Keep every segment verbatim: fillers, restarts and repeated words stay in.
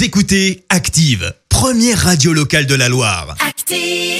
Vous écoutez Active, première radio locale de la Loire. Active!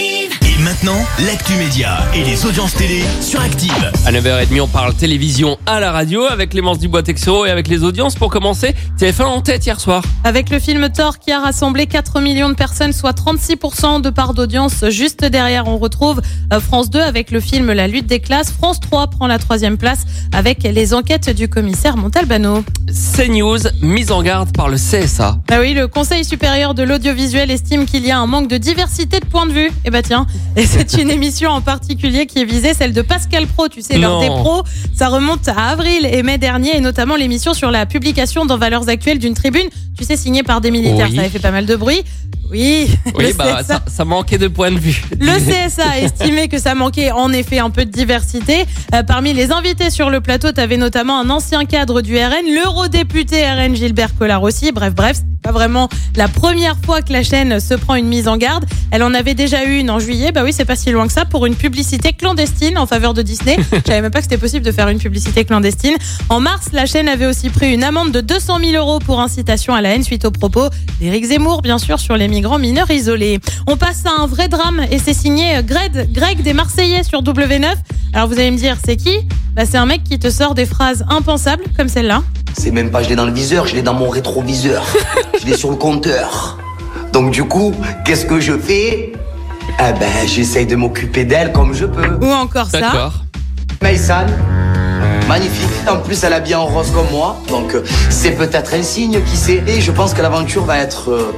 Et maintenant, l'actu média et les audiences télé sur Active. À neuf heures trente, on parle télévision à la radio avec Clémence Dubois-Texero et avec les audiences. Pour commencer, T F un en tête hier soir. Avec le film Thor qui a rassemblé quatre millions de personnes, soit trente-six pour cent de part d'audience. Juste derrière, on retrouve France deux avec le film La lutte des classes. France trois prend la troisième place avec les enquêtes du commissaire Montalbano. CNews, mise en garde par le C S A. Ah oui, le Conseil supérieur de l'audiovisuel estime qu'il y a un manque de diversité de points de vue. Eh ben tiens, et c'est une émission en particulier qui est visée, celle de Pascal Praud, tu sais, l'heure des pros. Ça remonte à avril et mai dernier, et notamment l'émission sur la publication dans Valeurs Actuelles d'une tribune, tu sais, signée par des militaires. Oui. Ça avait fait pas mal de bruit. Oui, oui bah, ça, ça manquait de points de vue. Le C S A a estimé que ça manquait en effet un peu de diversité. Euh, parmi les invités sur le plateau, tu avais notamment un ancien cadre du R N, l'eurodéputé R N Gilbert Collard aussi. Bref, bref, c'est pas vraiment la première fois que la chaîne se prend une mise en garde. Elle en avait déjà eu une en juillet, bah oui, c'est pas si loin que ça, pour une publicité clandestine en faveur de Disney. Je savais même pas que c'était possible de faire une publicité clandestine. En mars, la chaîne avait aussi pris une amende de deux cent mille euros pour incitation à la haine suite aux propos d'Éric Zemmour, bien sûr, sur les migrants mineurs isolés. On passe à un vrai drame et c'est signé Greg, Greg des Marseillais sur W neuf. Alors vous allez me dire, c'est qui ? Bah, c'est un mec qui te sort des phrases impensables comme celle-là. C'est même pas je l'ai dans le viseur, je l'ai dans mon rétroviseur. Je l'ai sur le compteur. Donc du coup, qu'est-ce que je fais ? Eh ben, j'essaye de m'occuper d'elle comme je peux. Ou encore ça. D'accord. Maïsan, magnifique. En plus, elle est habillée en rose comme moi. Donc, euh, c'est peut-être un signe, qui sait. Et je pense que l'aventure va être... Euh...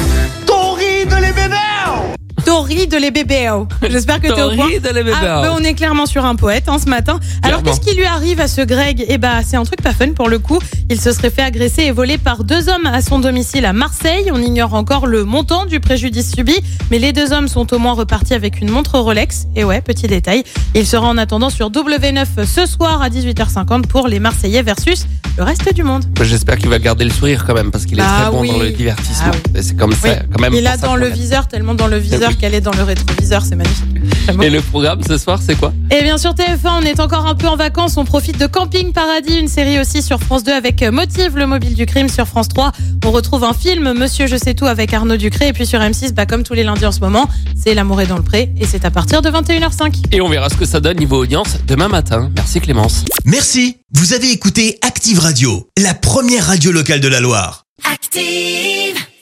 torride, les bébés ! Torride les bébés. J'espère que t'es au courant. Torride les bébés. Ah, bah, on est clairement sur un poète hein, ce matin. Alors Clairement. qu'est-ce qui lui arrive à ce Greg ? Eh bah, c'est un truc pas fun pour le coup. Il se serait fait agresser et voler par deux hommes à son domicile à Marseille. On ignore encore le montant du préjudice subi, mais les deux hommes sont au moins repartis avec une montre Rolex. Et ouais, petit détail, il sera en attendant sur W neuf ce soir à dix-huit heures cinquante pour les Marseillais versus le reste du monde. J'espère qu'il va garder le sourire quand même parce qu'il est Bah très bon oui. dans le divertissement. Ah oui. Et c'est comme ça, Oui. quand même. Il a pour ça dans qu'on le l'aime. viseur, tellement dans le viseur Oui. qu'elle est dans le rétroviseur, c'est magnifique. Et le programme ce soir, c'est quoi ? Et bien sur T F un, on est encore un peu en vacances, on profite de Camping Paradis, une série aussi sur France deux avec Motive, le mobile du crime. Sur France trois, on retrouve un film, Monsieur je sais tout, avec Arnaud Ducré. Et puis sur M six, bah, comme tous les lundis en ce moment, c'est L'amour est dans le pré et c'est à partir de vingt et une heures cinq. Et on verra ce que ça donne niveau audience demain matin. Merci Clémence. Merci. Vous avez écouté Active Radio, la première radio locale de la Loire. Active!